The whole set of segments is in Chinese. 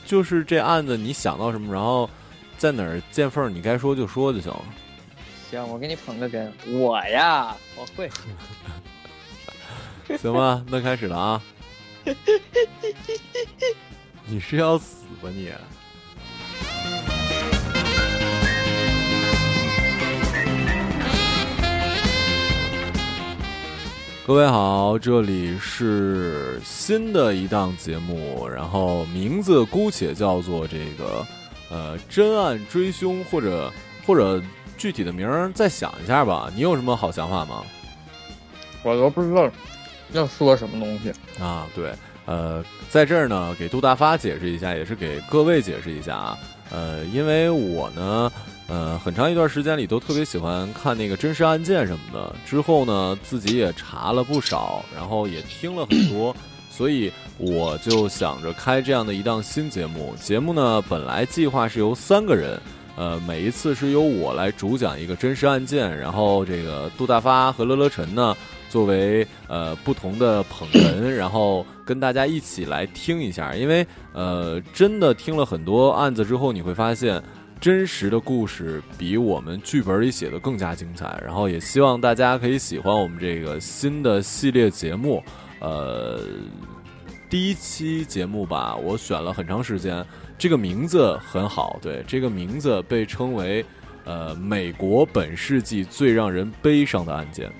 就是这案子你想到什么，然后在哪儿见缝你该说就说就行了。 行，我给你捧个哏。我呀，我会。 行吧，那开始了啊。你是要死吧你？各位好，这里是新的一档节目，然后名字姑且叫做这个真案追凶，或者具体的名儿再想一下吧。你有什么好想法吗？ 我都不知道要说什么东西啊。对，在这儿呢给杜大发解释一下，也是给各位解释一下啊。因为我呢很长一段时间里都特别喜欢看那个真实案件什么的，之后呢自己也查了不少，然后也听了很多，所以我就想着开这样的一档新节目。节目呢本来计划是由3个人，每一次是由我来主讲一个真实案件，然后这个杜大发和乐乐晨呢作为不同的捧哏，然后跟大家一起来听一下。因为真的听了很多案子之后，你会发现真实的故事比我们剧本里写的更加精彩，然后也希望大家可以喜欢我们这个新的系列节目。第一期节目吧，我选了很长时间，这个名字很好，对，这个名字被称为美国本世纪最让人悲伤的案件。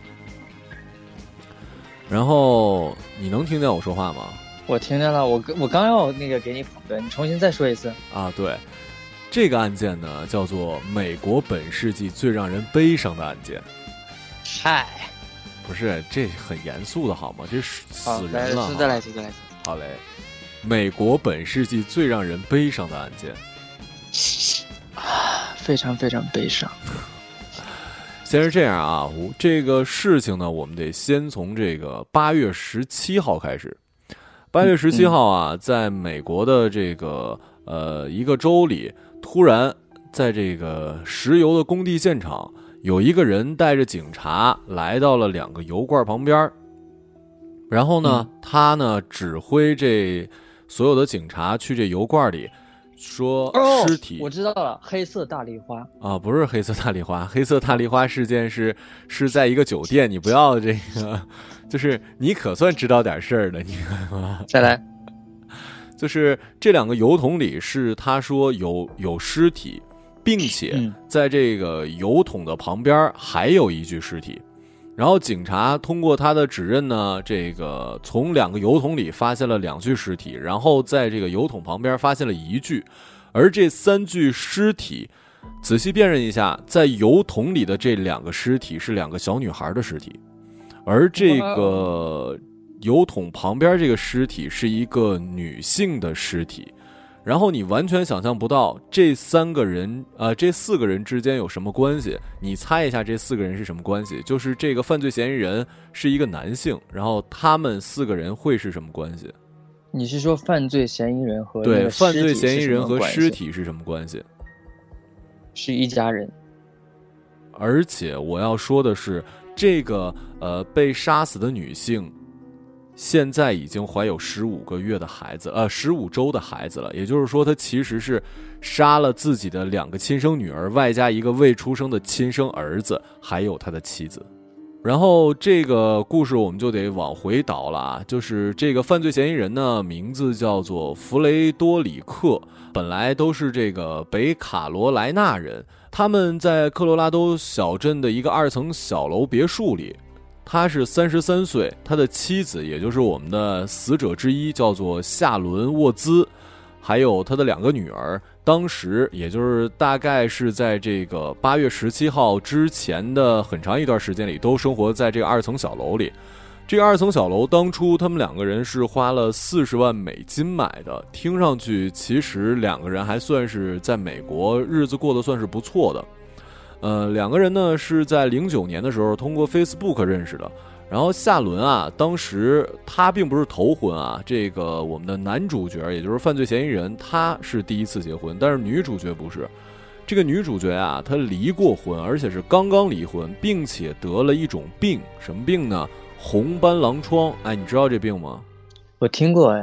然后你能听见我说话吗？ 我听见了，我刚要那个给你捧哏，你重新再说一次啊。对，这个案件呢叫做美国本世纪最让人悲伤的案件。 嗨， 不是，这很严肃的好吗？这死人了。 再来一次。 好嘞，美国本世纪最让人悲伤的案件。 非常非常悲伤。 先是这样啊，这个事情呢，我们得先从这个8月17号开始。8月17号啊，在美国的这个一个州里，突然在这个石油的工地现场，有一个人带着警察来到了2个油罐旁边，然后呢，他呢指挥这所有的警察去这油罐里。说尸体， 我知道了，黑色大丽花啊，不是黑色大丽花，黑色大丽花事件是在一个酒店，你不要这个，就是你可算知道点事儿了，你看吗？ 再来， 就是这2个油桶里是他说有尸体，并且在这个油桶的旁边还有一具尸体。然后警察通过他的指认呢，这个从2个油桶里发现了2具尸体，然后在这个油桶旁边发现了1具，而这3具尸体仔细辨认一下，在油桶里的这2个尸体是2个小女孩的尸体，而这个油桶旁边这个尸体是一个女性的尸体。然后你完全想象不到这4个人之间有什么关系。你猜一下这4个人是什么关系？就是这个犯罪嫌疑人是一个男性，然后他们4个人会是什么关系？ 你是说犯罪嫌疑人和对，犯罪嫌疑人和尸体是什么关系？ 是一家人。 而且我要说的是，这个被杀死的女性现在已经怀有15个月的孩子，15周的孩子了。也就是说，他其实是杀了自己的2个亲生女儿，外加一个未出生的亲生儿子，还有他的妻子。然后这个故事我们就得往回倒了啊，就是这个犯罪嫌疑人呢，名字叫做弗雷多里克，本来都是这个北卡罗来纳人，他们在科罗拉多小镇的一个2层小楼别墅里。他是33岁，他的妻子也就是我们的死者之一叫做夏伦沃兹，还有他的2个女儿，当时也就是大概是在这个8月17号之前的很长一段时间里都生活在这个2层小楼里。这个2层小楼当初他们2个人是花了40万美金买的，听上去其实2个人还算是在美国日子过得算是不错的。2个人呢是在09年的时候通过 Facebook 认识的。然后夏伦啊，当时他并不是头婚啊，这个我们的男主角也就是犯罪嫌疑人，他是第一次结婚，但是女主角不是。这个女主角啊，她离过婚，而且是刚刚离婚，并且得了一种病，什么病呢？红斑狼疮。哎，你知道这病吗？ 我听过哎。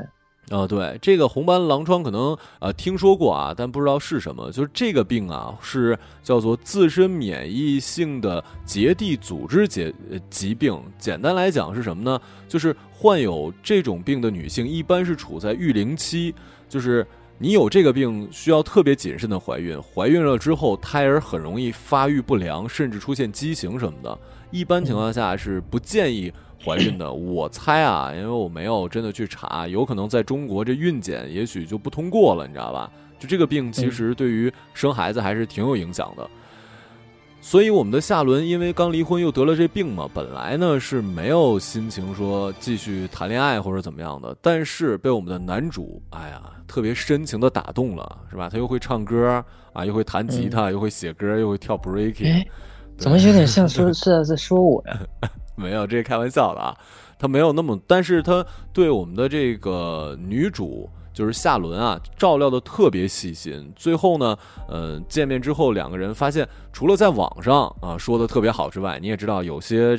对，这个红斑狼疮可能听说过啊，但不知道是什么。就是这个病啊，是叫做自身免疫性的结缔组织疾病。简单来讲是什么呢？就是患有这种病的女性一般是处在育龄期，就是你有这个病需要特别谨慎的怀孕，怀孕了之后胎儿很容易发育不良，甚至出现畸形什么的。一般情况下是不建议怀孕的。我猜啊，因为我没有真的去查，有可能在中国这孕检也许就不通过了，你知道吧？就这个病其实对于生孩子还是挺有影响的。所以我们的夏伦因为刚离婚又得了这病嘛，本来呢是没有心情说继续谈恋爱或者怎么样的，但是被我们的男主特别深情的打动了，是吧？他又会唱歌啊，又会弹吉他，又会写歌，又会跳 breaking。 怎么有点像说是在说我呀？ 没有，这开玩笑的啊，他没有那么，但是他对我们的这个女主就是夏伦啊，照料的特别细心。最后呢，见面之后，两个人发现，除了在网上啊说的特别好之外，你也知道有些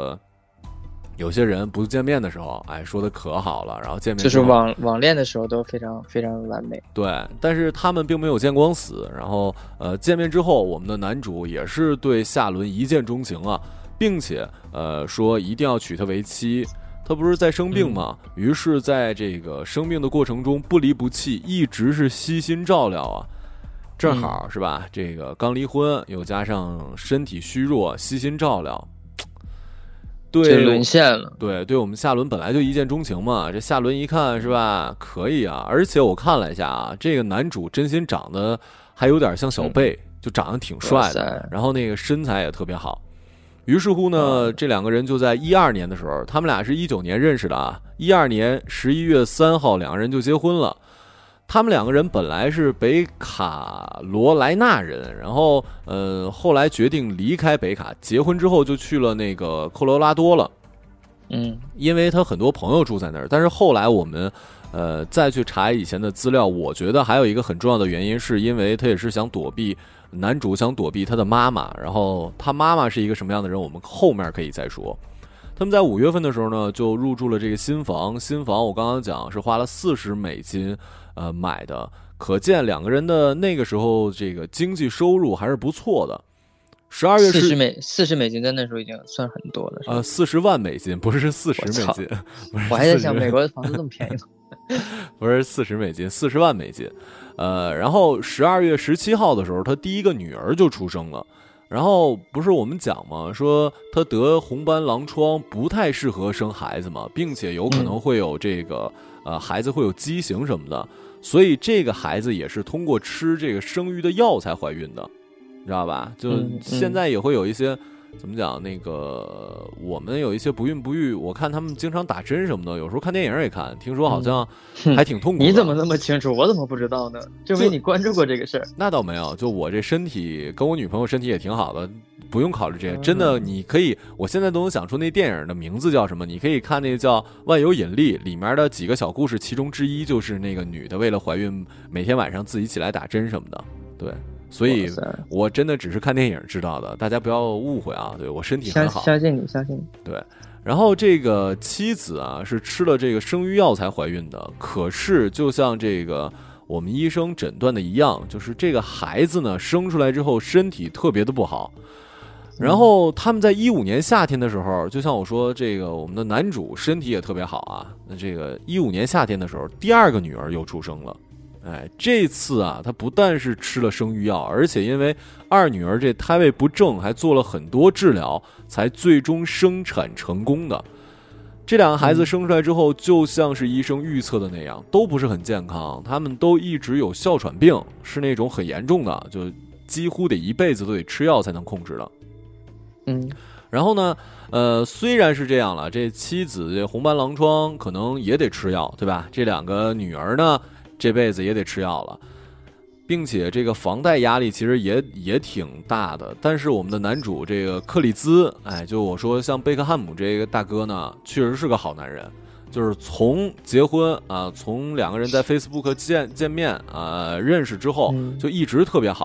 人不见面的时候，说的可好了，然后见面就是网恋的时候都非常非常完美。 对，但是他们并没有见光死。然后见面之后，我们的男主也是对夏伦一见钟情啊，并且说一定要娶她为妻。他不是在生病吗？于是在这个生病的过程中不离不弃，一直是悉心照料啊。正好是吧？这个刚离婚，又加上身体虚弱，悉心照料。对， 沦陷了。 对，我们夏伦本来就一见钟情嘛。这夏伦一看是吧，可以啊。而且我看了一下啊，这个男主真心长得还有点像小贝，就长得挺帅的，然后那个身材也特别好。于是乎呢，这两个人就在12年的时候，他们俩是19年认识的啊，12年11月3号两个人就结婚了。他们两个人本来是北卡罗来纳人，然后后来决定离开北卡，结婚之后就去了那个科罗拉多了。因为他很多朋友住在那儿。但是后来我们再去查以前的资料，我觉得还有一个很重要的原因，是因为他也是想躲避男主想躲避他的妈妈，然后他妈妈是一个什么样的人，我们后面可以再说。他们在5月份的时候呢，就入住了这个新房。新房我刚刚讲是花了40美金买的，可见两个人的那个时候这个经济收入还是不错的。12月 40美金在那时候已经算很多了。 40万美金，不是40美金。 我还在想美国的房子这么便宜呢。 不是40美金，40万美金。然后12月17号的时候，他第一个女儿就出生了。然后不是我们讲吗？说他得红斑狼疮不太适合生孩子嘛，并且有可能会有这个孩子会有畸形什么的，所以这个孩子也是通过吃这个生育的药才怀孕的，你知道吧？就现在也会有一些怎么讲，那个我们有一些不孕不育，我看他们经常打针什么的，有时候看电影也看，听说好像还挺痛苦的。 你怎么那么清楚？我怎么不知道呢？证明你关注过这个事儿。 那倒没有，就我这身体跟我女朋友身体也挺好的，不用考虑这些。真的，你可以，我现在都能想出那电影的名字叫什么，你可以看那个叫《万有引力》里面的几个小故事，其中之一就是那个女的为了怀孕，每天晚上自己起来打针什么的，对。所以我真的只是看电影知道的，大家不要误会啊！对，我身体很好， 相信你，相信你。 对，然后这个妻子啊是吃了这个生育药才怀孕的，可是就像这个我们医生诊断的一样，就是这个孩子呢生出来之后身体特别的不好。然后他们在15年夏天的时候，就像我说，这个我们的男主身体也特别好啊。那这个15年夏天的时候，第二个女儿又出生了。这次啊，他不但是吃了生育药，而且因为二女儿这胎位不正，还做了很多治疗，才最终生产成功的。这两个孩子生出来之后，就像是医生预测的那样，都不是很健康，他们都一直有哮喘病，是那种很严重的，就几乎得一辈子都得吃药才能控制的。然后呢，虽然是这样了，这妻子这红斑狼疮可能也得吃药，对吧？这两个女儿呢，这辈子也得吃药了，并且这个房贷压力其实也挺大的。但是我们的男主这个克里兹，就我说像贝克汉姆这个大哥呢，确实是个好男人。就是从结婚啊，从两个人在 Facebook 见面啊认识之后，就一直特别好，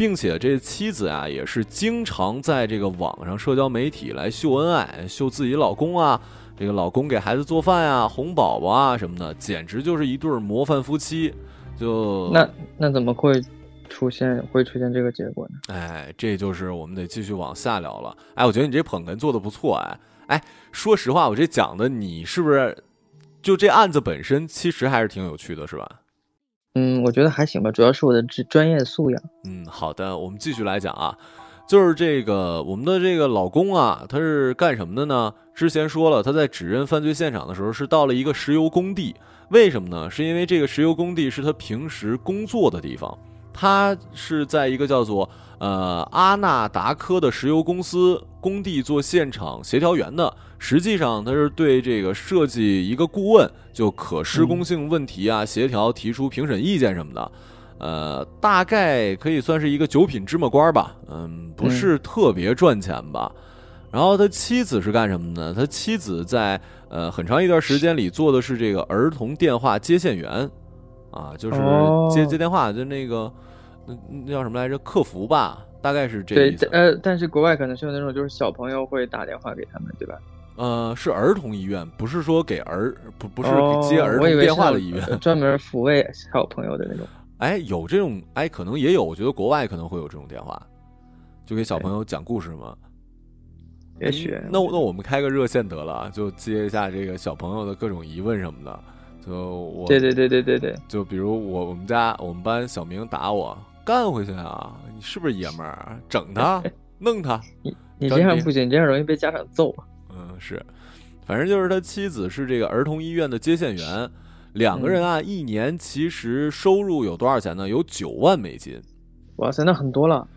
并且这妻子啊也是经常在这个网上社交媒体来秀恩爱，秀自己老公啊，这个老公给孩子做饭呀、哄宝宝啊什么的，简直就是一对模范夫妻。就那怎么会出现这个结果呢？ 哎，这就是我们得继续往下聊了。哎，我觉得你这捧哏做的不错。哎，说实话，我这讲的你是不是就这案子本身其实还是挺有趣的，是吧？ 我觉得还行吧，主要是我的专业素养。 好的，我们继续来讲啊，就是这个我们的这个老公啊，他是干什么的呢？之前说了，他在指认犯罪现场的时候是到了一个石油工地，为什么呢？是因为这个石油工地是他平时工作的地方，他是在一个叫做阿纳达科的石油公司工地做现场协调员的。实际上他是对这个设计一个顾问，就可施工性问题啊、协调提出评审意见什么的。大概可以算是一个九品芝麻官吧，不是特别赚钱吧。然后他妻子是干什么呢？他妻子在很长一段时间里做的是这个儿童电话接线员，啊，就是接电话，就那个那叫什么来着？客服吧，大概是这意思。 对，但是国外可能是有那种就是小朋友会打电话给他们，对吧？ 是儿童医院，不是说给不是接儿童电话的医院， 专门抚慰小朋友的那种。 哎，有这种，哎，可能也有，我觉得国外可能会有这种电话，就给小朋友讲故事嘛。 也许。 那我们开个热线得了，就接一下这个小朋友的各种疑问什么的。 对， 就比如我们班小明打我，干回去啊！你是不是爷们儿？整他，弄他。 你这样不行，你这样容易被家长揍。 是，反正就是他妻子是这个儿童医院的接线员，两个人啊，一年其实收入有多少钱呢？有9万美金。 哇塞，那很多了。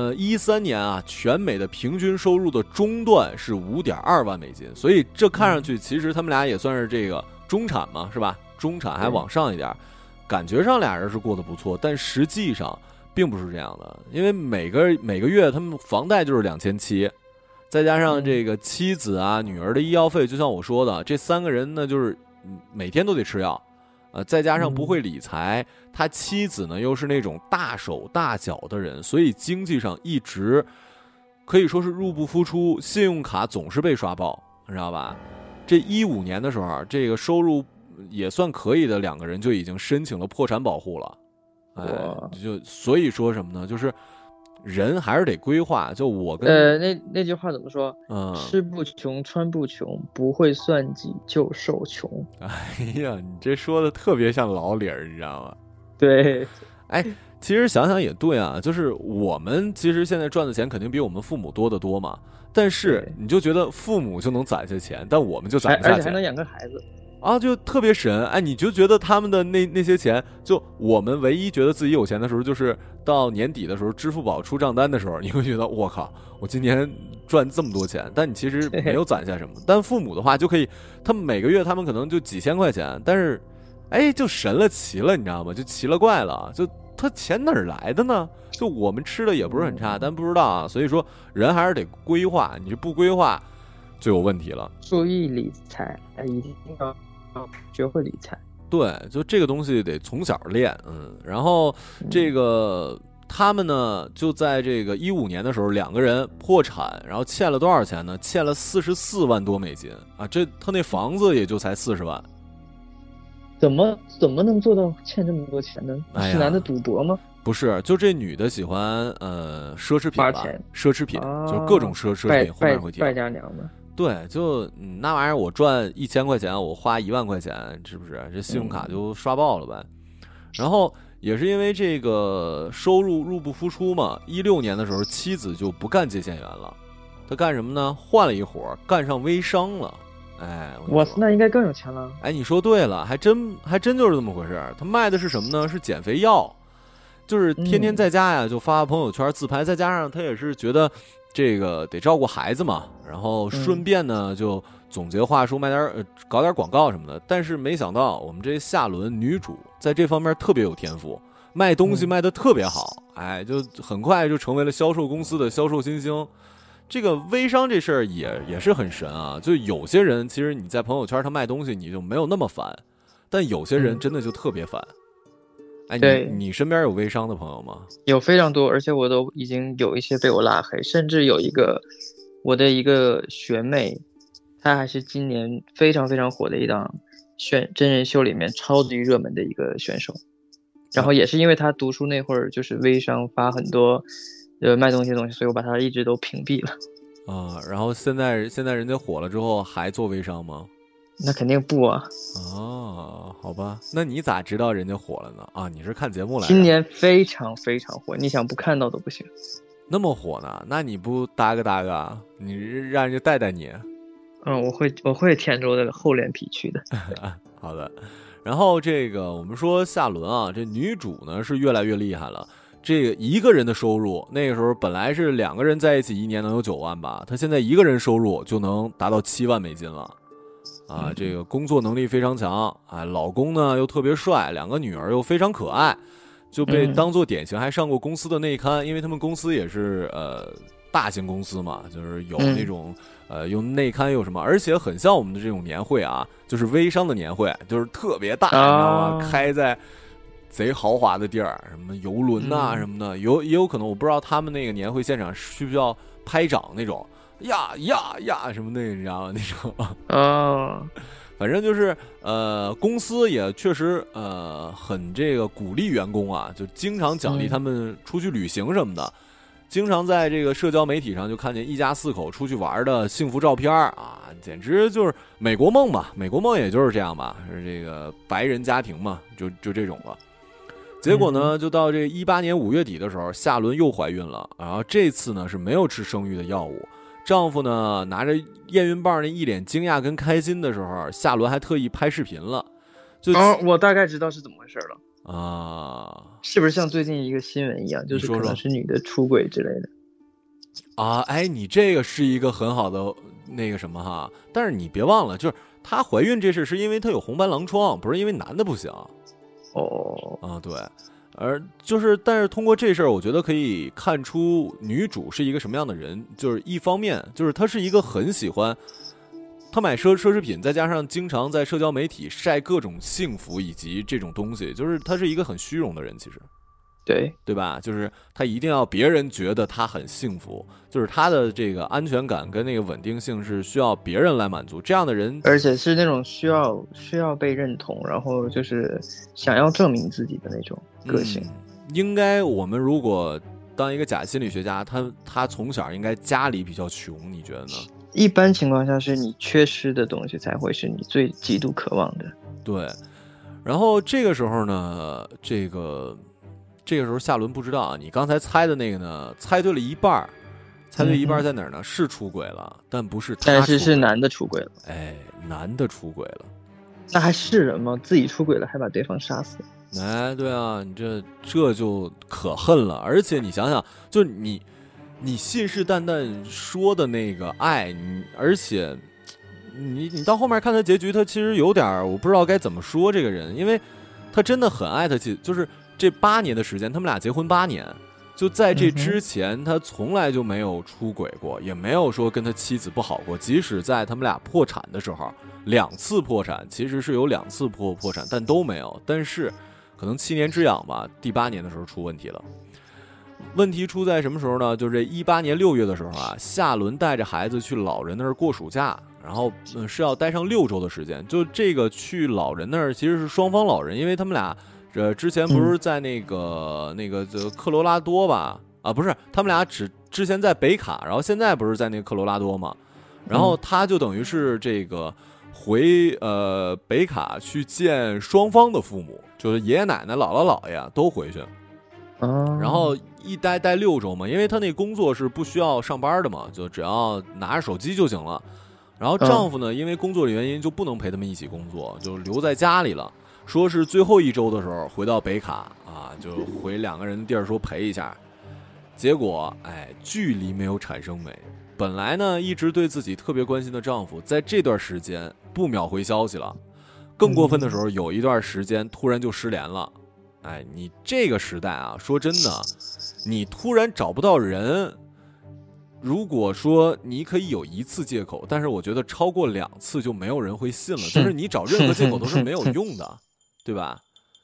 13年啊，全美的平均收入的中段是5.2万美金，所以这看上去其实他们俩也算是这个中产嘛，是吧？中产还往上一点，感觉上俩人是过得不错，但实际上并不是这样的，因为每个月他们房贷就是2700。再加上这个妻子啊、女儿的医药费，就像我说的，这3个人呢，就是每天都得吃药，再加上不会理财，他妻子呢又是那种大手大脚的人，所以经济上一直可以说是入不敷出，信用卡总是被刷爆，你知道吧？这15年的时候，这个收入也算可以的，两个人就已经申请了破产保护了。就所以说什么呢？就是人还是得规划。就我跟那句话怎么说？吃不穷，穿不穷，不会算计就受穷。 哎呀，你这说的特别像老理儿，你知道吗？ 对， 哎，其实想想也对啊，就是我们其实现在赚的钱肯定比我们父母多得多嘛，但是你就觉得父母就能攒下钱，但我们就攒不下钱， 而且还能养个孩子。 啊，就特别神。哎，你就觉得他们的那些钱，就我们唯一觉得自己有钱的时候，就是到年底的时候，支付宝出账单的时候，你会觉得我靠，我今年赚这么多钱，但你其实没有攒下什么。但父母的话就可以，他们每个月他们可能就几千块钱，但是，哎，就神了奇了，你知道吗？就奇了怪了，就他钱哪儿来的呢？就我们吃的也不是很差，但不知道啊。所以说人还是得规划，你这不规划就有问题了。 注意理财，一定要学会理财。 对，就这个东西得从小练。然后这个他们呢，就在这个15年的时候，两个人破产，然后欠了多少钱呢？欠了44万多美金啊！这他那房子也就才40万。 怎么能做到欠这么多钱呢？是男的赌博吗？ 不是，就这女的喜欢奢侈品吧，奢侈品，就是各种奢侈品，后面会提败家娘们。 对，就那玩意儿，我赚1000块钱，我花1万块钱，是不是？这信用卡就刷爆了呗。然后也是因为这个收入入不敷出嘛，16年的时候，妻子就不干接线员了，他干什么呢？换了一活，干上微商了。哎， 哇，那应该更有钱了。 哎，你说对了，还真就是这么回事。他卖的是什么呢？是减肥药，就是天天在家呀，就发朋友圈自拍，再加上他也是觉得这个得照顾孩子嘛，然后顺便呢就总结话术，卖点搞点广告什么的。但是没想到我们这夏伦女主在这方面特别有天赋，卖东西卖得特别好，哎，就很快就成为了销售公司的销售新星。这个微商这事儿也是很神啊，就有些人其实你在朋友圈他卖东西你就没有那么烦，但有些人真的就特别烦。 哎， 对， 你身边有微商的朋友吗？ 有非常多，而且我都已经有一些被我拉黑，甚至有我的一个学妹，她还是今年非常非常火的一档真人秀里面超级热门的一个选手。然后也是因为她读书那会儿就是微商发很多卖东西的东西，所以我把她一直都屏蔽了。 啊，然后现在人家火了之后还做微商吗？ 那肯定不啊。 哦，好吧，那你咋知道人家火了呢？啊，你是看节目来的？ 今年非常非常火，你想不看到都不行。 那么火呢？那你不搭个，你让人家带带你？ 嗯，我会舔着我的厚脸皮去的。 好的。然后这个我们说夏伦啊，这女主呢是越来越厉害了。这个一个人的收入，那个时候本来是2个人在一起一年能有9万吧，她现在一个人收入就能达到7万美金了。啊，这个工作能力非常强啊，老公呢又特别帅2个女儿又非常可爱，就被当做典型，还上过公司的内刊，因为他们公司也是大型公司嘛，就是有那种用内刊有什么，而且很像我们的这种年会啊，就是微商的年会，就是特别大，你知道吗？开在贼豪华的地儿，什么游轮啊什么的，也有可能，我不知道他们那个年会现场需不需要拍掌那种。呀什么那个你知道吗？那种反正就是公司也确实很这个鼓励员工啊，就经常奖励他们出去旅行什么的，经常在这个社交媒体上就看见一家4口出去玩的幸福照片啊，简直就是美国梦吧，美国梦也就是这样吧，是这个白人家庭嘛，就这种了。结果呢，就到这18年5月底的时候，夏伦又怀孕了，然后这次呢是没有吃生育的药物。丈夫呢拿着验孕棒，那一脸惊讶跟开心的时候，夏伦还特意拍视频了。 我大概知道是怎么回事了啊， 是不是像最近一个新闻一样，就是可能是女的出轨之类的啊？哎，你这个是一个很好的那个什么哈，但是你别忘了，就是她怀孕这事是因为她有红斑狼疮，不是因为男的不行。对。但是通过这事儿，我觉得可以看出女主是一个什么样的人。就是一方面，就是她是一个很喜欢，她买奢侈品，再加上经常在社交媒体晒各种幸福以及这种东西，就是她是一个很虚荣的人，其实，对吧？就是她一定要别人觉得她很幸福，就是她的这个安全感跟那个稳定性是需要别人来满足。这样的人， 而且是那种需要被认同，然后就是想要证明自己的那种个性。 应该我们如果当一个假心理学家，他从小应该家里比较穷，你觉得呢？ 一般情况下是你缺失的东西才会是你最极度渴望的。 对。然后这个时候呢，这个时候夏伦不知道啊，你刚才猜的那个呢，猜对了一半，猜对一半在哪儿呢？是出轨了，但不是他， 但是男的出轨了。 哎，男的出轨了， 那还是人吗？自己出轨了还把对方杀死？ 哎，对啊，你这就可恨了。而且你想想，就你信誓旦旦说的那个爱，而且你到后面看他结局，他其实有点我不知道该怎么说这个人，因为他真的很爱他，就是这8年的时间，他们俩结婚8年，就在这之前，他从来就没有出轨过，也没有说跟他妻子不好过。即使在他们俩破产的时候，2次破产，其实是有2次破产，但都没有。但是可能7年之痒吧，第8年的时候出问题了。问题出在什么时候呢？就是这18年6月的时候啊，夏伦带着孩子去老人那儿过暑假，然后是要待上6周的时间。就这个去老人那儿其实是双方老人，因为他们俩之前不是在那个科罗拉多吧？啊，不是，他们俩之前在北卡，然后现在不是在那个科罗拉多嘛？然后他就等于是这个回北卡去见双方的父母，就是爷爷奶奶、姥姥姥爷都回去。然后一待6周嘛，因为他那工作是不需要上班的嘛，就只要拿着手机就行了。然后丈夫呢，因为工作的原因就不能陪他们一起工作，就留在家里了。说是最后1周的时候回到北卡啊，就回2个人的地儿说陪一下。结果距离没有产生美。本来呢一直对自己特别关心的丈夫，在这段时间不秒回消息了。更过分的时候，有一段时间突然就失联了。你这个时代啊，说真的，你突然找不到人，如果说你可以有1次借口，但是我觉得超过2次就没有人会信了。就是你找任何借口都是没有用的，对吧？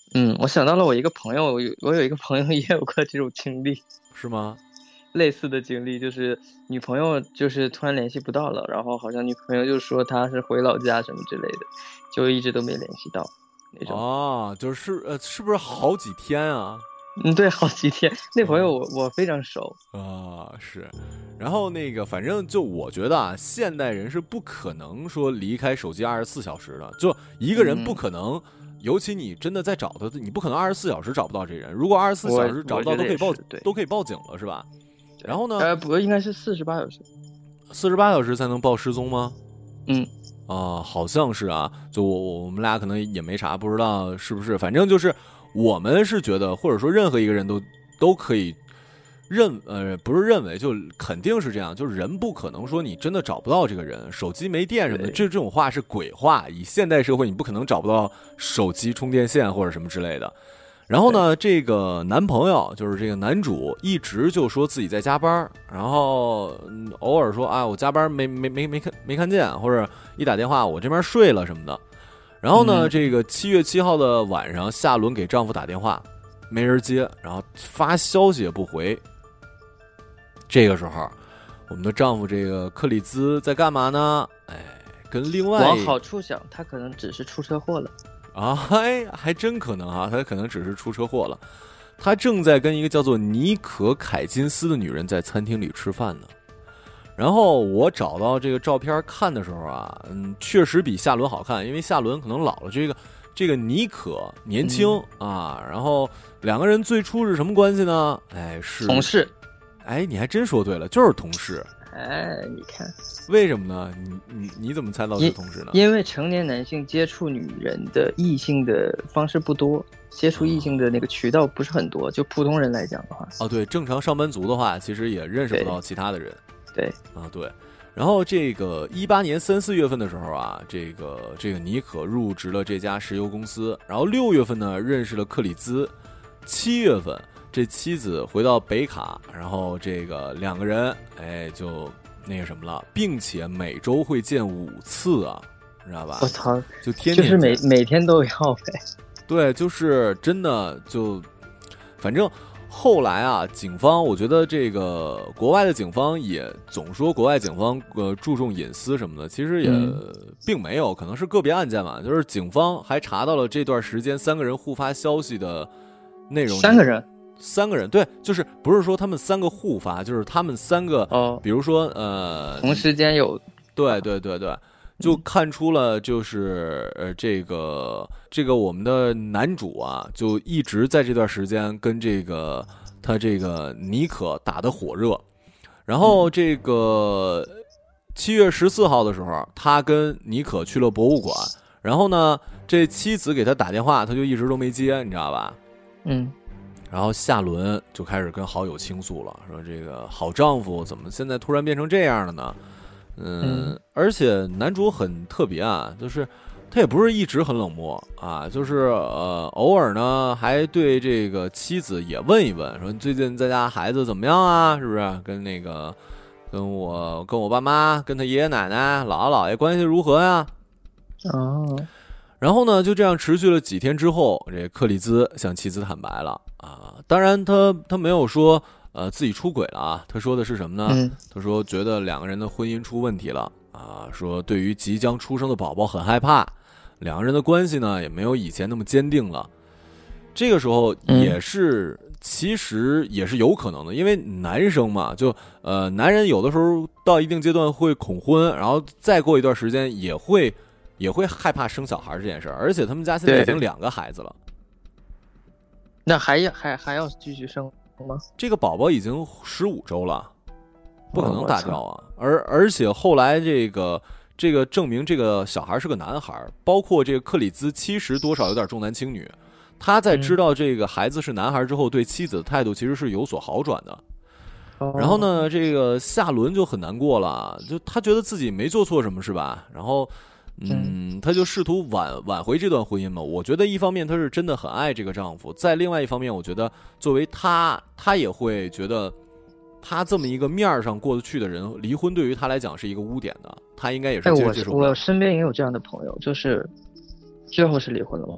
我想到了我一个朋友，我有一个朋友也有过这种经历， 是吗？ 类似的经历，就是女朋友就是突然联系不到了，然后好像女朋友就说她是回老家什么之类的，就一直都没联系到那种。 哦，是不是好几天啊？ 对，好几天。那朋友我非常熟。 啊，是。然后反正就我觉得啊，现代人是不可能说离开手机24小时的，就一个人不可能。尤其你真的在找他，你不可能24小时找不到这人。如果24小时找不到，都可以报警了，是吧？然后呢？ 不，应该是48小时。 48小时才能报失踪吗？好像是啊。就我们俩可能也没查，不知道是不是。反正就是我们是觉得，或者说任何一个人都可以不是认为，就肯定是这样。就是人不可能说你真的找不到这个人，手机没电什么的，这种话是鬼话。以现代社会，你不可能找不到手机充电线或者什么之类的。然后呢，这个男朋友就是这个男主，一直就说自己在加班，然后偶尔说啊，我加班没看见，或者一打电话我这边睡了什么的。然后呢，这个7月7号的晚上，夏伦给丈夫打电话，没人接，然后发消息也不回。这个时候，我们的丈夫这个克里兹在干嘛呢？跟另外往好处想，他可能只是出车祸了。 还真可能啊，他可能只是出车祸了。他正在跟一个叫做妮可·凯金斯的女人在餐厅里吃饭呢。然后我找到这个照片看的时候啊，确实比夏伦好看，因为夏伦可能老了，这个妮可年轻啊。然后两个人最初是什么关系呢？是同事。 你还真说对了，就是同事。 你看， 为什么呢？你怎么猜到是同事呢？ 因为成年男性接触女人的异性的方式不多，接触异性的那个渠道不是很多。就普通人来讲的话， 对，正常上班族的话，其实也认识不到其他的人。 对， 对。然后这个18年3、4月份的时候啊，这个妮可入职了这家石油公司，然后6月份呢认识了克里兹，7月份。这妻子回到北卡，然后这个两个人就那个什么了，并且每周会见5次啊，知道吧？ 我操， 就天天就是每天都要呗。 对，就是真的就，反正后来啊，警方我觉得这个国外的警方也总说国外警方注重隐私什么的，其实也并没有，可能是个别案件嘛。就是警方还查到了这段时间3个人互发消息的内容。3个人，对，就是不是说他们3个互发，就是他们3个，比如说同时间有， 对，就看出了就是这个我们的男主啊，就一直在这段时间跟他这个妮可打得火热，然后这个7月14号的时候，他跟妮可去了博物馆，然后呢，这妻子给他打电话，他就一直都没接，你知道吧？然后夏伦就开始跟好友倾诉了，说这个好丈夫怎么现在突然变成这样了呢？而且男主很特别啊，就是他也不是一直很冷漠啊，就是偶尔呢还对这个妻子也问一问，说你最近在家孩子怎么样啊？是不是跟我爸妈、跟他爷爷奶奶、姥姥姥爷关系如何呀？然后呢，就这样持续了几天之后，这克里兹向妻子坦白了啊。当然他没有说自己出轨了啊，他说的是什么呢？他说觉得两个人的婚姻出问题了啊，说对于即将出生的宝宝很害怕，两个人的关系呢也没有以前那么坚定了。这个时候其实也是有可能的，因为男生嘛，就男人有的时候到一定阶段会恐婚，然后再过一段时间也会害怕生小孩这件事儿，而且他们家现在已经2个孩子了。 那还要继续生吗？ 这个宝宝已经15周了，不可能打掉啊！而且后来这个证明这个小孩是个男孩，包括这个克里兹其实多少有点重男轻女。他在知道这个孩子是男孩之后，对妻子的态度其实是有所好转的。然后呢，这个夏伦就很难过了，就他觉得自己没做错什么，是吧？然后他就试图挽回这段婚姻嘛。我觉得一方面他是真的很爱这个丈夫，在另外一方面，我觉得作为他也会觉得他这么一个面上过得去的人，离婚对于他来讲是一个污点的，他应该也是接受不了。 我身边也有这样的朋友，就是最后是离婚了嘛，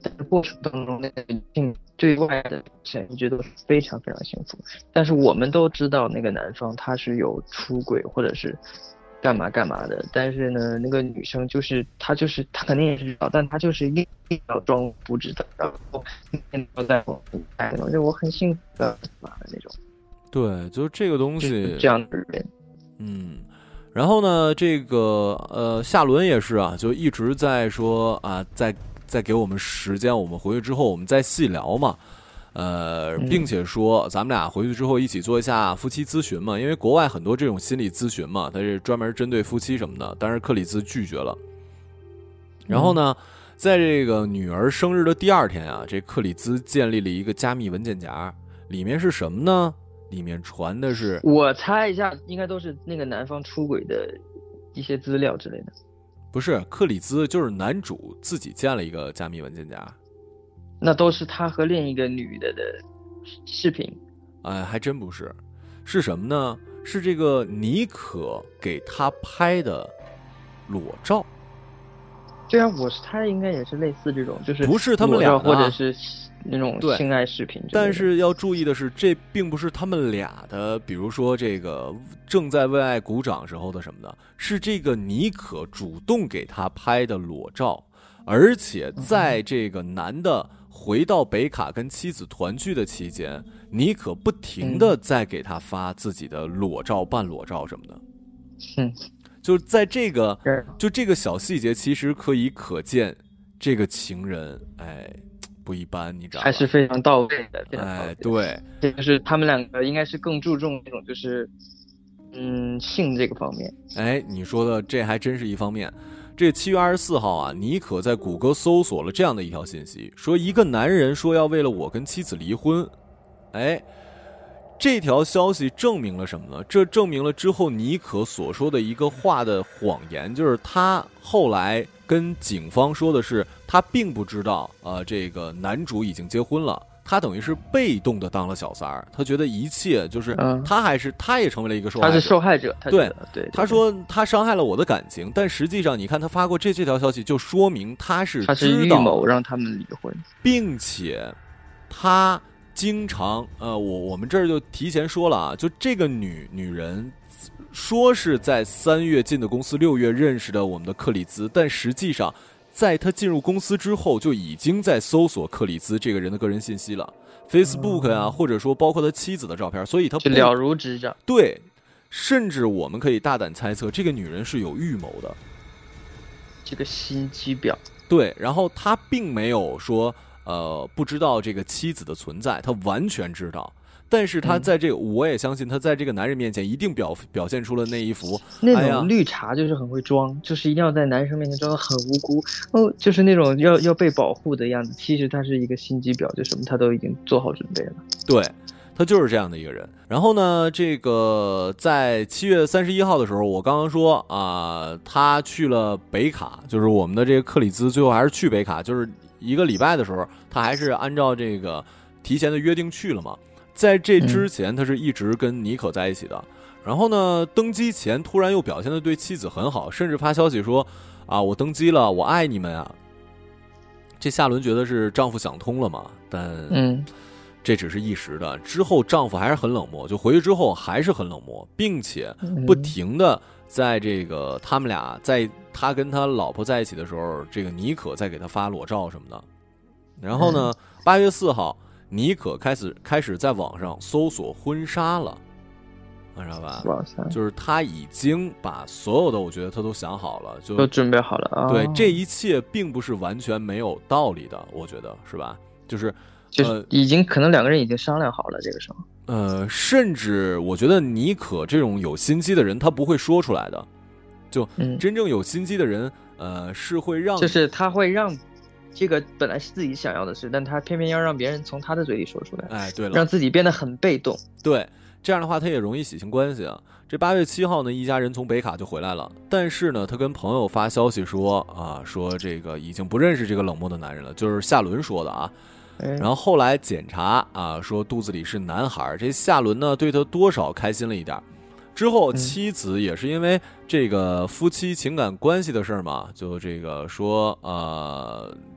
在过程当中，那个女性对外的表现一直都是非常非常幸福。但是我们都知道，那个男方他是有出轨或者是干嘛干嘛的，但是呢，那个女生她肯定也是知道，但她就是硬要装不知道，然后都在我爱那种，就我很幸福的那种。 对，就是这个东西这样的人。 然后呢，这个夏伦也是啊，就一直在说啊，再给我们时间，我们回去之后我们再细聊嘛。并且说咱们俩回去之后一起做一下夫妻咨询嘛，因为国外很多这种心理咨询嘛，它是专门针对夫妻什么的，但是克里兹拒绝了。然后呢，在这个女儿生日的第2天啊，这克里兹建立了一个加密文件夹，里面是什么呢？里面传的是， 我猜一下，应该都是那个男方出轨的一些资料之类的。 不是，克里兹就是男主自己建了一个加密文件夹。 那都是他和另一个女的视频。 哎，还真不是，是什么呢？是这个妮可给他拍的裸照。 对啊，我猜应该也是类似这种，就是不是他们俩或者是那种性爱视频。 但是要注意的是，这并不是他们俩的，比如说这个正在为爱鼓掌时候的什么的，是这个妮可主动给他拍的裸照，而且在这个男的回到北卡跟妻子团聚的期间，妮可不停的在给他发自己的裸照、半裸照什么的。就在这个小细节，其实可见这个情人，哎，不一般，你知道吗？ 还是非常到位的， 哎，对， 这就是他们两个应该是更注重那种就是性这个方面。 哎，你说的这还真是一方面。这7月24号啊，妮可在谷歌搜索了这样的一条信息，说一个男人说要为了我跟妻子离婚。哎，这条消息证明了什么呢？这证明了之后妮可所说的一个话的谎言，就是他后来跟警方说的是他并不知道这个男主已经结婚了，他等于是被动的当了小三儿，他觉得一切就是他也成为了一个受害者， 他是受害者， 对，他说他伤害了我的感情，但实际上你看他发过这条消息，就说明他是预谋让他们离婚， 并且他经常我们这儿就提前说了啊，就这个女人说是在3月进的公司，6月认识的我们的克里兹，但实际上在他进入公司之后就已经在搜索克里兹这个人的个人信息了， Facebook 啊，或者说包括他妻子的照片，所以他就了如指掌。 对，甚至我们可以大胆猜测，这个女人是有预谋的， 这个心机婊。 对，然后他并没有说不知道这个妻子的存在，他完全知道。但是他在这个，我也相信他在这个男人面前一定表现出了那一副那种绿茶，就是很会装，就是一定要在男生面前装得很无辜就是那种要被保护的样子。其实他是一个心机婊，就什么他都已经做好准备了。 对，他就是这样的一个人。然后呢，这个在7月31号的时候，我刚刚说他去了北卡，就是我们的这个克里兹最后还是去北卡，就是1个礼拜的时候，他还是按照这个提前的约定去了嘛。在这之前，他是一直跟妮可在一起的。然后呢，登机前突然又表现得对妻子很好，甚至发消息说我登机了，我爱你们啊。这夏伦觉得是丈夫想通了嘛，但这只是一时的。之后丈夫还是很冷漠，就回去之后还是很冷漠，并且不停的在这个他们俩在他跟他老婆在一起的时候，这个妮可在给他发裸照什么的。然后呢，8月4号。妮可开始在网上搜索婚纱了，知道吧？就是他已经把所有的，我觉得他都想好了，就都准备好了。 对，这一切并不是完全没有道理的，我觉得是吧？就是已经可能2个人已经商量好了这个时候。 甚至我觉得妮可这种有心机的人，他不会说出来的。就真正有心机的人，是会让， 就是他会让。这个本来是自己想要的事，但他偏偏要让别人从他的嘴里说出来。 哎，对了， 让自己变得很被动。 对，这样的话他也容易洗清关系啊。这8月7号呢，一家人从北卡就回来了，但是呢，他跟朋友发消息说说这个已经不认识这个冷漠的男人了，就是夏伦说的啊。然后后来检查说肚子里是男孩，这夏伦呢对他多少开心了一点。之后妻子也是因为这个夫妻情感关系的事嘛，就这个说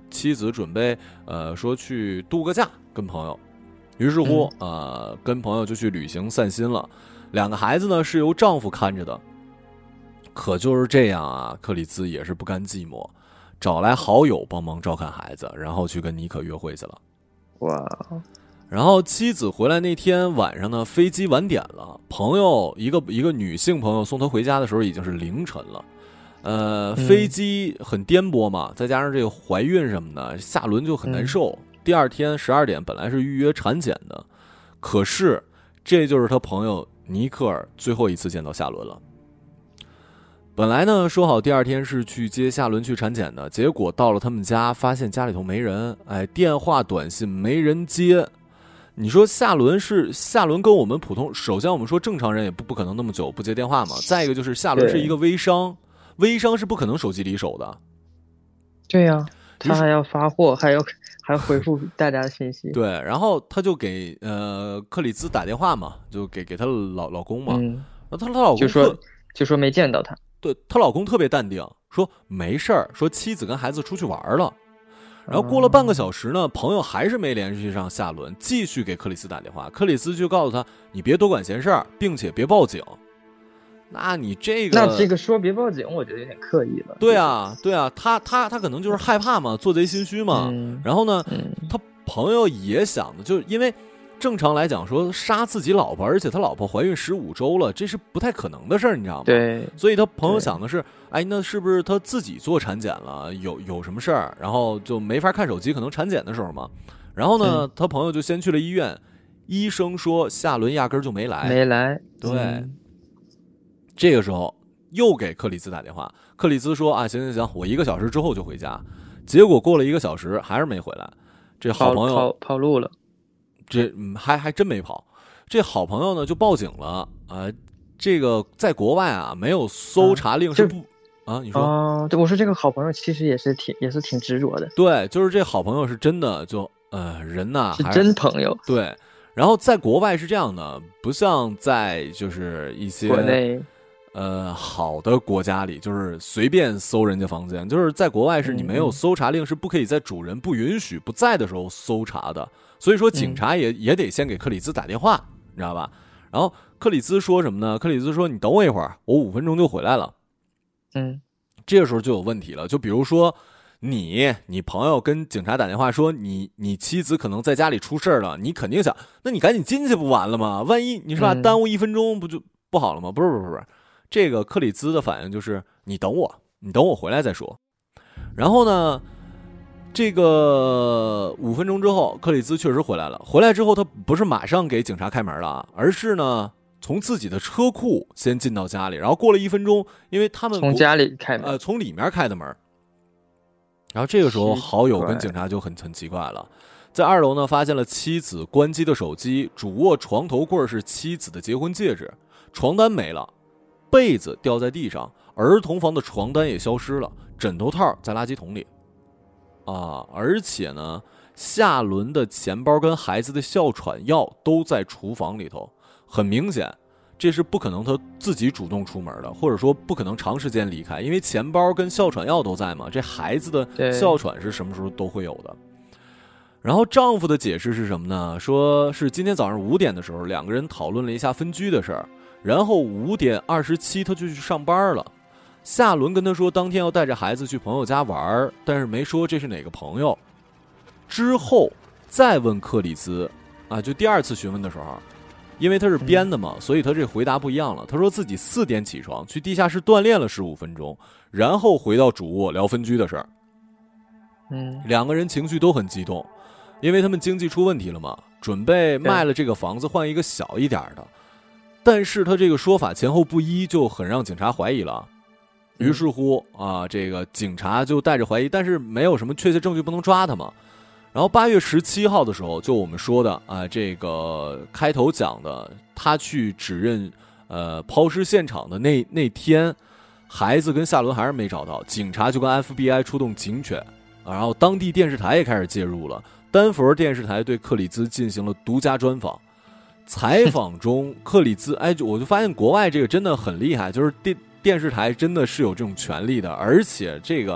妻子准备说去度个假，跟朋友，于是乎跟朋友就去旅行散心了。2个孩子呢是由丈夫看着的，可就是这样啊，克里兹也是不甘寂寞，找来好友帮忙照看孩子，然后去跟妮可约会去了。 哇！ 然后妻子回来那天晚上呢，飞机晚点了，朋友一个女性朋友送她回家的时候已经是凌晨了。飞机很颠簸嘛，再加上这个怀孕什么的，夏伦就很难受。第二天12点本来是预约产检的，可是这就是他朋友尼克尔最后一次见到夏伦了。本来呢说好第二天是去接夏伦去产检的，结果到了他们家发现家里头没人，电话短信没人接。你说夏伦跟我们普通，首先我们说正常人也不可能那么久不接电话嘛。再一个就是夏伦是一个微商是不可能手机离手的。 对呀，他还要发货，还要回复大家的信息。 对，然后他就给克里兹打电话嘛，就给她老公嘛。然后她老公就说没见到他。 对，她老公特别淡定，说没事儿，说妻子跟孩子出去玩了。然后过了半个小时呢，朋友还是没联系上夏伦，继续给克里斯打电话。克里斯就告诉他，你别多管闲事儿，并且别报警。那这个说别报警，我觉得有点刻意了。 对啊，他可能就是害怕嘛，做贼心虚嘛。然后呢，他朋友也想的，就是因为正常来讲说杀自己老婆，而且他老婆怀孕15周了，这是不太可能的事儿，你知道吗？ 对。 所以他朋友想的是，那是不是他自己做产检了，有什么事儿，然后就没法看手机，可能产检的时候嘛。然后呢，他朋友就先去了医院，医生说夏伦压根儿就没来。对。这个时候又给克里兹打电话，克里兹说行，我1个小时之后就回家。结果过了1个小时还是没回来，这好朋友跑路了。 这还真没跑，这好朋友呢就报警了。这个在国外啊没有搜查令是不你说对，我说这个好朋友其实也是挺执着的。 对，就是这好朋友是真的，就人呐是真朋友。 对，然后在国外是这样的，不像在就是一些国内好的国家里，就是随便搜人家房间，就是在国外是你没有搜查令是不可以在主人不允许不在的时候搜查的。所以说警察也得先给克里兹打电话，你知道吧？然后克里兹说什么呢？克里兹说你等我一会儿，我5分钟就回来了。这个时候就有问题了，就比如说你朋友跟警察打电话说你妻子可能在家里出事了，你肯定想，那你赶紧进去不完了吗？万一你是吧，耽误1分钟不就不好了吗？不是，这个克里兹的反应就是你等我回来再说。然后呢，这个5分钟之后，克里兹确实回来了。回来之后，他不是马上给警察开门了，而是呢从自己的车库先进到家里，然后过了1分钟，因为他们从家里开门， 从里面开的门。然后这个时候，好友跟警察就很奇怪了，在2楼呢发现了妻子关机的手机，主卧床头柜是妻子的结婚戒指，床单没了，被子掉在地上，儿童房的床单也消失了，枕头套在垃圾桶里。而且呢，夏伦的钱包跟孩子的哮喘药都在厨房里头，很明显，这是不可能他自己主动出门的，或者说不可能长时间离开，因为钱包跟哮喘药都在嘛，这孩子的哮喘是什么时候都会有的。然后丈夫的解释是什么呢？说是今天早上5点的时候，2个人讨论了一下分居的事儿，然后5点27他就去上班了。夏伦跟他说当天要带着孩子去朋友家玩，但是没说这是哪个朋友。之后再问克里兹就第2次询问的时候，因为他是编的嘛，所以他这回答不一样了。他说自己4点起床去地下室锻炼了15分钟，然后回到主卧聊分居的事儿。2个人情绪都很激动，因为他们经济出问题了嘛，准备卖了这个房子换一个小一点的。但是他这个说法前后不一，就很让警察怀疑了。于是乎这个警察就带着怀疑，但是没有什么确切证据不能抓他嘛。然后8月17号的时候，就我们说的这个开头讲的，他去指认抛尸现场的那天，孩子跟夏伦还是没找到，警察就跟 FBI 出动警犬，然后当地电视台也开始介入了。丹佛电视台对克里兹进行了独家专访，采访中克里兹我就发现国外这个真的很厉害，就是电视台真的是有这种权利的，而且这个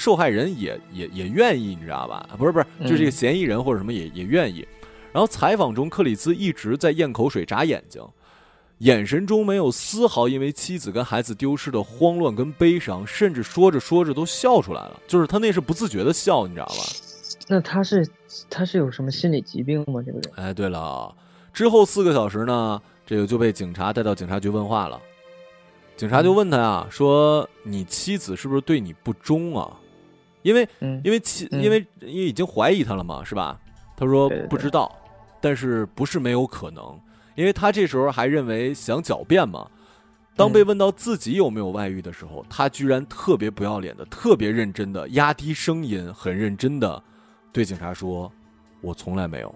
受害人也愿意，你知道吧？不是，就是这个嫌疑人或者什么也愿意。然后采访中，克里兹一直在咽口水、眨眼睛，眼神中没有丝毫因为妻子跟孩子丢失的慌乱跟悲伤，甚至说着说着都笑出来了，就是他那是不自觉的笑，你知道吧？ 那他是有什么心理疾病吗？这个人？ 哎，对了，之后4个小时呢，这个就被警察带到警察局问话了。警察就问他啊，说你妻子是不是对你不忠啊？因为已经怀疑他了嘛，是吧？他说不知道，但是不是没有可能，因为他这时候还认为想狡辩嘛。当被问到自己有没有外遇的时候，他居然特别不要脸的、特别认真的压低声音，很认真的对警察说：“我从来没有。”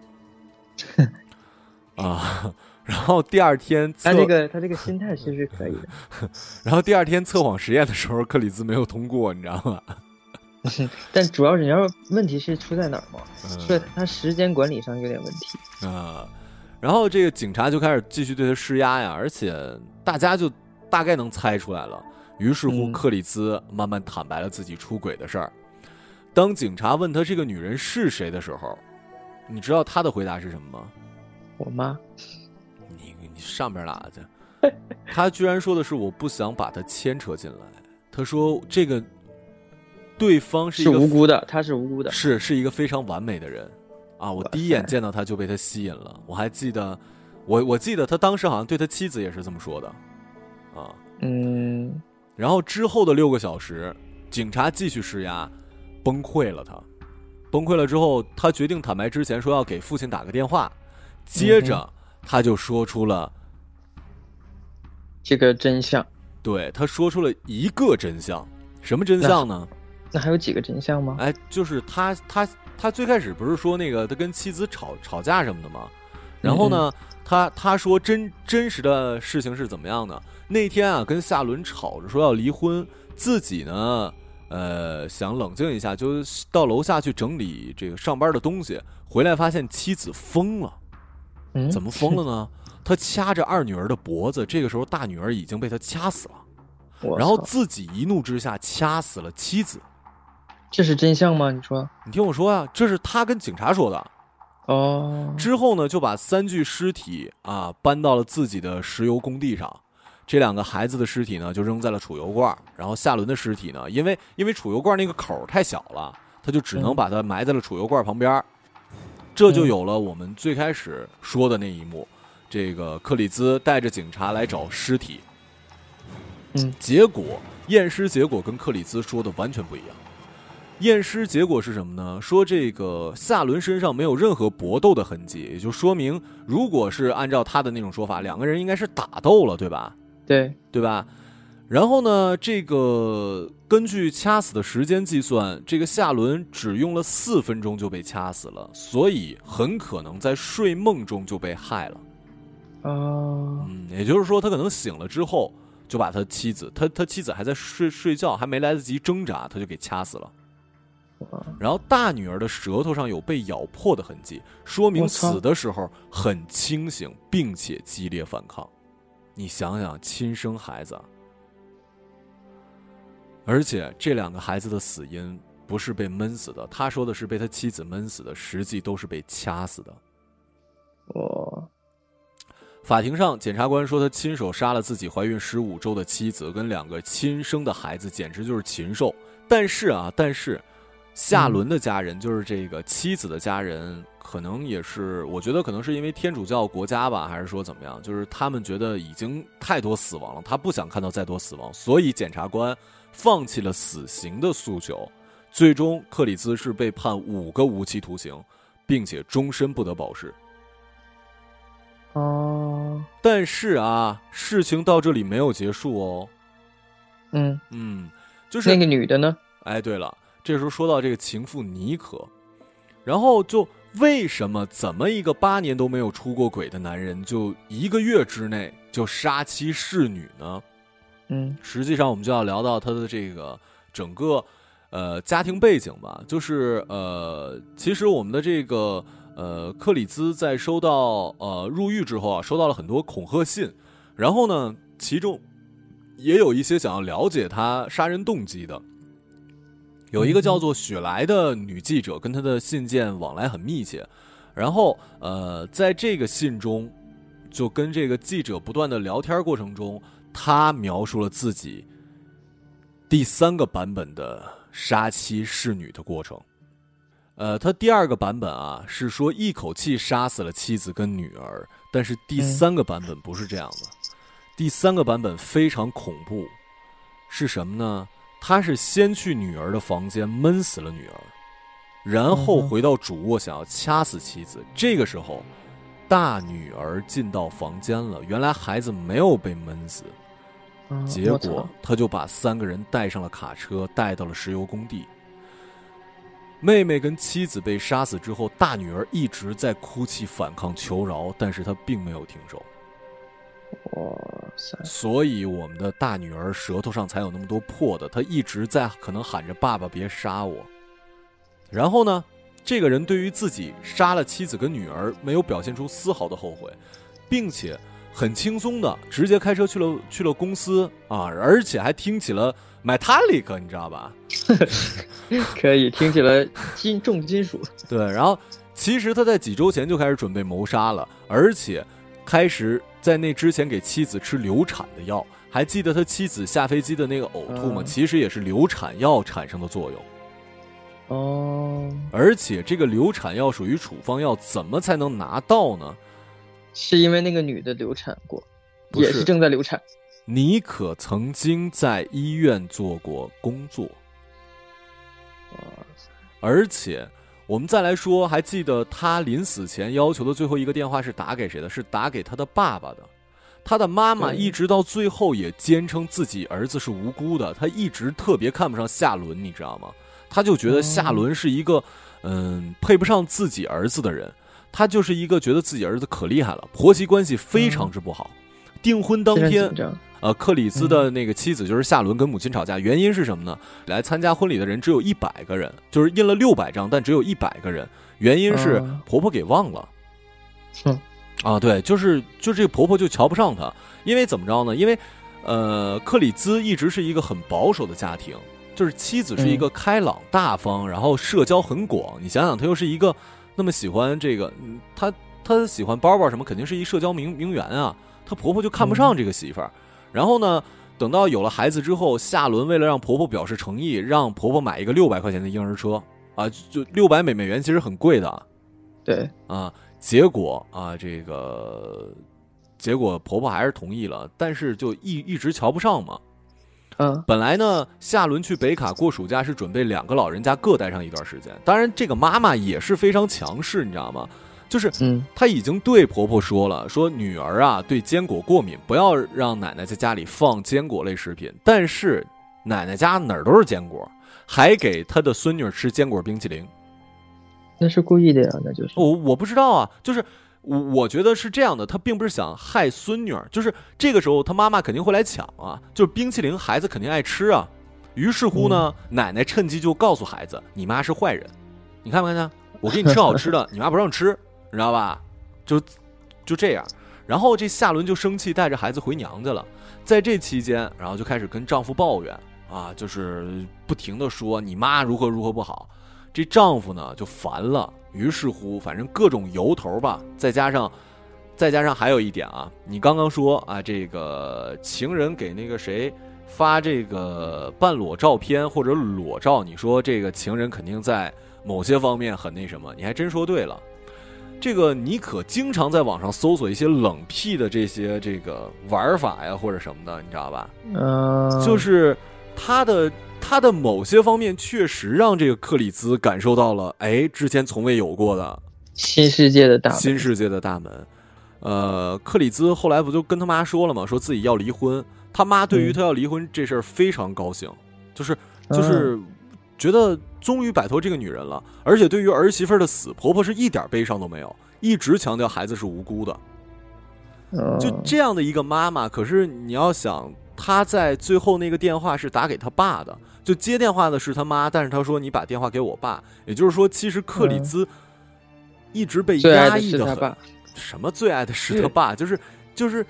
啊。然后第二天他这个心态其实是可以的。 然后第二天测谎实验的时候，克里兹没有通过，你知道吗？ 但主要是你要问题是出在哪儿嘛？所以他时间管理上有点问题啊。然后这个警察就开始继续对他施压呀，而且大家就大概能猜出来了。于是乎，克里兹慢慢坦白了自己出轨的事儿。当警察问他这个女人是谁的时候，你知道他的回答是什么吗？ 我妈。 你上边拉去。他居然说的是我不想把他牵扯进来。他说这个对方是无辜的，他是无辜的， 是一个非常完美的人啊！我第一眼见到他就被他吸引了。我还记得，我记得他当时好像对他妻子也是这么说的啊。然后之后的6个小时，警察继续施压，崩溃了他。崩溃了之后，他决定坦白之前说要给父亲打个电话，接着他就说出了这个真相。 对，他说出了一个真相。什么真相呢？ 那还有几个真相吗？ 哎，就是他最开始不是说那个他跟妻子吵架什么的吗？然后呢，他说真实的事情是怎么样的？那天啊，跟夏伦吵着说要离婚，自己呢，想冷静一下，就到楼下去整理这个上班的东西，回来发现妻子疯了。怎么疯了呢？他掐着二女儿的脖子，这个时候大女儿已经被他掐死了，然后自己一怒之下掐死了妻子。 这是真相吗？你说？ 你听我说啊，这是他跟警察说的。 哦。 之后呢，就把3具尸体啊搬到了自己的石油工地上。这2个孩子的尸体呢，就扔在了储油罐。然后夏伦的尸体呢，因为储油罐那个口太小了，他就只能把它埋在了储油罐旁边。这就有了我们最开始说的那一幕，这个克里兹带着警察来找尸体。结果验尸结果跟克里兹说的完全不一样。验尸结果是什么呢？说这个夏伦身上没有任何搏斗的痕迹，也就说明，如果是按照他的那种说法，2个人应该是打斗了，对吧？对吧？然后呢，这个根据掐死的时间计算，这个夏伦只用了4分钟就被掐死了，所以很可能在睡梦中就被害了。也就是说，他可能醒了之后就把他妻子，他妻子还在睡觉，还没来得及挣扎，他就给掐死了。然后大女儿的舌头上有被咬破的痕迹，说明死的时候很清醒，并且激烈反抗。你想想，亲生孩子，而且这2个孩子的死因不是被闷死的，他说的是被他妻子闷死的，实际都是被掐死的。法庭上，检察官说他亲手杀了自己怀孕15周的妻子跟2个亲生的孩子，简直就是禽兽。但是夏伦的家人，就是这个妻子的家人，可能也是，我觉得可能是因为天主教国家吧，还是说怎么样，就是他们觉得已经太多死亡了，他不想看到再多死亡，所以检察官放弃了死刑的诉求。最终克里兹是被判5个无期徒刑，并且终身不得保释。但是事情到这里没有结束哦。就是那个女的呢？ 哎，对了，这时候说到这个情妇妮可，然后就为什么怎么一个8年都没有出过轨的男人，就1个月之内就杀妻弑女呢？实际上我们就要聊到他的这个整个家庭背景吧，就是其实我们的这个克里兹在收到入狱之后收到了很多恐吓信，然后呢，其中也有一些想要了解他杀人动机的。 有一个叫做雪莱的女记者跟她的信件往来很密切，然后在这个信中就跟这个记者不断的聊天过程中，她描述了自己第3个版本的杀妻弑女的过程。他第2个版本啊是说一口气杀死了妻子跟女儿，但是第3个版本不是这样的。第3个版本非常恐怖，是什么呢？他是先去女儿的房间闷死了女儿，然后回到主卧想要掐死妻子。这个时候大女儿进到房间了，原来孩子没有被闷死，结果他就把3个人带上了卡车，带到了石油工地。妹妹跟妻子被杀死之后，大女儿一直在哭泣反抗求饶，但是她并没有停手。 哇塞！ 所以我们的大女儿舌头上才有那么多破的，她一直在可能喊着爸爸别杀我。然后呢，这个人对于自己杀了妻子跟女儿没有表现出丝毫的后悔，并且很轻松的直接开车去了公司啊，而且还听起了 Metallica， 你知道吧？ 可以，听起来重金属。 对，然后其实他在几周前就开始准备谋杀了，而且开始在那之前给妻子吃流产的药。还记得他妻子下飞机的那个呕吐吗？其实也是流产药产生的作用。 哦， 而且这个流产药属于处方药，怎么才能拿到呢？ 是因为那个女的流产过，也是正在流产。 妮可曾经在医院做过工作。而且我们再来说，还记得他临死前要求的最后一个电话是打给谁的？是打给他的爸爸的。他的妈妈一直到最后也坚称自己儿子是无辜的，他一直特别看不上夏伦，你知道吗？他就觉得夏伦是一个配不上自己儿子的人，他就是一个觉得自己儿子可厉害了，婆媳关系非常之不好。订婚当天克里兹的那个妻子就是夏伦跟母亲吵架，原因是什么呢？来参加婚礼的人只有100个人，就是印了600张，但只有100个人，原因是婆婆给忘了。对，就这个婆婆就瞧不上她，因为怎么着呢？因为克里兹一直是一个很保守的家庭，就是妻子是一个开朗大方，然后社交很广。你想想，她又是一个那么喜欢这个，她喜欢包包什么，肯定是一社交名媛啊。她婆婆就看不上这个媳妇儿。然后呢，等到有了孩子之后，夏伦为了让婆婆表示诚意，让婆婆买一个600块钱的婴儿车啊，就600美元，其实很贵的。 对啊，结果婆婆还是同意了，但是就一直瞧不上嘛。本来呢，夏伦去北卡过暑假是准备2个老人家各待上一段时间。当然，这个妈妈也是非常强势，你知道吗？就是她已经对婆婆说了，说女儿啊对坚果过敏，不要让奶奶在家里放坚果类食品。但是奶奶家哪儿都是坚果，还给她的孙女吃坚果冰淇淋。 那是故意的呀，那就是我不知道啊，就是我觉得是这样的，她并不是想害孙女，就是这个时候她妈妈肯定会来抢啊，就是冰淇淋孩子肯定爱吃啊。于是乎呢，奶奶趁机就告诉孩子，你妈是坏人，你看没看见？我给你吃好吃的，你妈不让吃，你知道吧？就这样。然后这夏伦就生气，带着孩子回娘家了。在这期间，然后就开始跟丈夫抱怨啊，就是不停的说你妈如何如何不好。这丈夫呢就烦了，于是乎反正各种由头吧，再加上还有一点啊，你刚刚说啊，这个情人给那个谁发这个半裸照片或者裸照，你说这个情人肯定在某些方面很那什么，你还真说对了。这个妮可经常在网上搜索一些冷僻的这些这个玩法呀或者什么的，你知道吧？就是他的某些方面确实让这个克里兹感受到了，之前从未有过的新世界的大门。克里兹后来不就跟他妈说了吗？说自己要离婚。他妈对于他要离婚这事儿非常高兴，就是觉得终于摆脱这个女人了。而且对于儿媳妇的死，婆婆是一点悲伤都没有，一直强调孩子是无辜的。就这样的一个妈妈，可是你要想，她在最后那个电话是打给他爸的，就接电话的是他妈，但是他说你把电话给我爸，也就是说，其实克里兹一直被压抑的很。什么最爱的是他爸？就是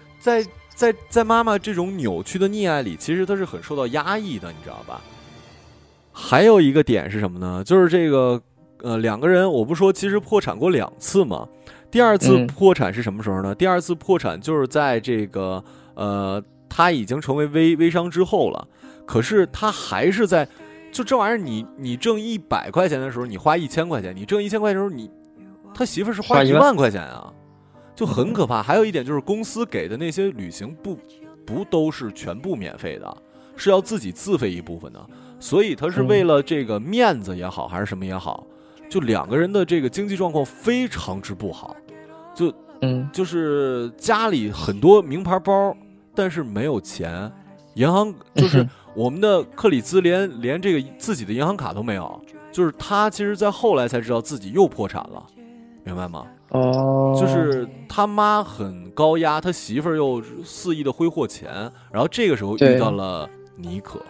在妈妈这种扭曲的溺爱里，其实他是很受到压抑的，你知道吧？ 还有一个点是什么呢？就是这个两个人，我不说其实破产过2次嘛。第二次破产是什么时候呢？第二次破产就是在这个他已经成为微商之后了，可是他还是在就这玩意儿，你挣100块钱的时候，你花1000块钱；你挣1000块钱的时候，他媳妇是花1万块钱啊，就很可怕。还有一点就是公司给的那些旅行不都是全部免费的，是要自己自费一部分的，所以他是为了这个面子也好，还是什么也好。就两个人的这个经济状况非常之不好，就是家里很多名牌包，但是没有钱，银行就是我们的克里兹连这个自己的银行卡都没有，就是他其实在后来才知道自己又破产了，明白吗？就是他妈很高压，他媳妇儿又肆意的挥霍钱，然后这个时候遇到了妮可，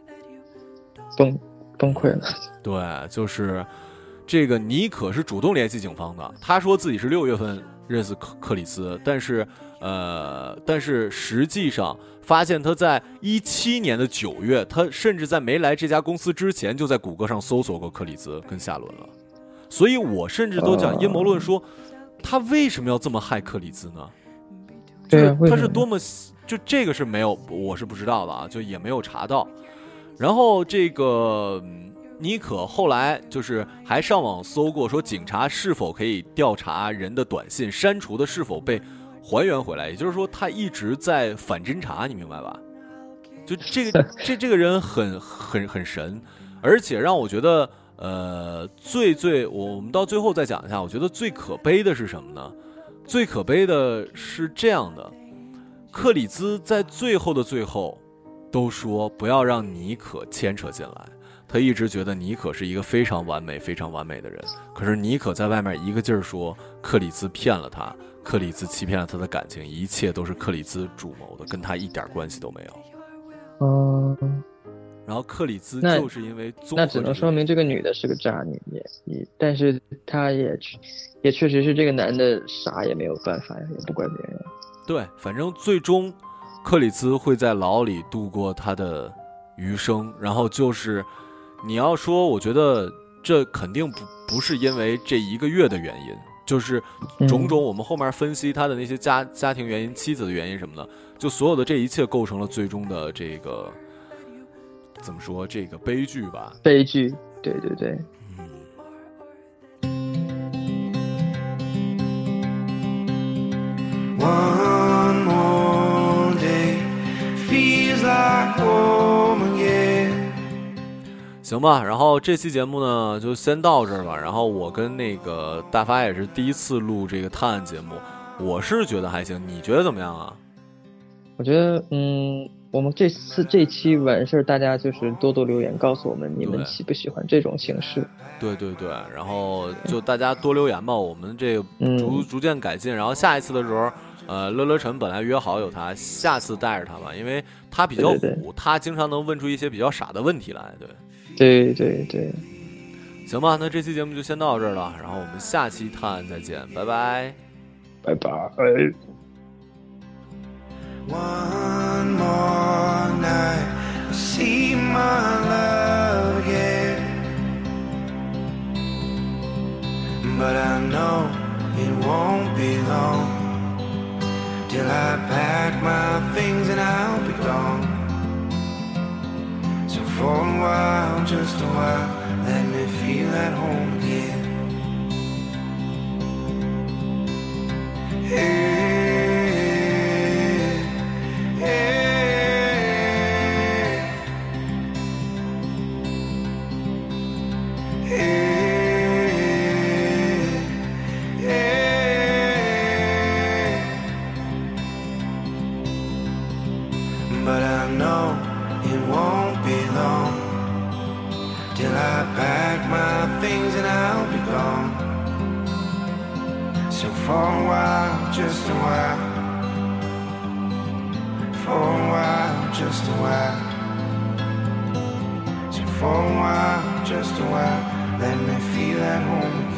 崩溃了。 对，就是这个妮可是主动联系警方的，他说自己是6月份认识克里斯，但是实际上发现他在17年的9月，他甚至在没来这家公司之前就在谷歌上搜索过克里斯跟夏伦了，所以我甚至都讲阴谋论说，他为什么要这么害克里兹呢？就是他是多么就这个是没有，我是不知道的啊，就也没有查到。然后这个妮可后来就是还上网搜过，说警察是否可以调查人的短信删除的是否被还原回来，也就是说他一直在反侦查，你明白吧？就这个人很神，而且让我觉得我们到最后再讲一下，我觉得最可悲的是什么呢？最可悲的是这样的，克里兹在最后的最后都说不要让妮可牵扯进来，他一直觉得妮可是一个非常完美的人，可是妮可在外面一个劲儿说克里兹骗了他，克里兹欺骗了他的感情，一切都是克里兹主谋的，跟他一点关系都没有。然后克里兹就是因为那只能说明这个女的是个渣女，但是她也确实是这个男的傻也没有办法呀，也不怪别人。 对，反正最终克里兹会在牢里度过他的余生。然后就是你要说，我觉得这肯定不是因为这1个月的原因，就是种种我们后面分析他的那些家庭原因、妻子的原因什么的，就所有的这一切构成了最终的这个怎么说，这个悲剧吧？ 悲剧，对对对。 One more day feels like home again。 行吧，然后这期节目呢就先到这儿吧。然后我跟那个大发也是第一次录这个探案节目，我是觉得还行，你觉得怎么样啊？ 我觉得我们这期完事儿，大家就是多多留言告诉我们你们喜不喜欢这种形式。 对对对，然后就大家多留言吧，我们这个逐渐改进。然后下一次的时候，乐晨本来约好有他，下次带着他吧，因为他比较虎，对，他经常能问出一些比较傻的问题来。 对对对， 行吧，那这期节目就先到这儿了，然后我们下期探案再见，拜拜， 拜拜。 One more night, I see my love again. But I know it won't be long till I pack my things and I'll be gone. So for a while, just a while, let me feel at home again. Hey, but I know it won't be long till I pack my things and I'll be gone. So for a while, just a while, for a while, just a while. So for a while, just a while, let me feel at home again.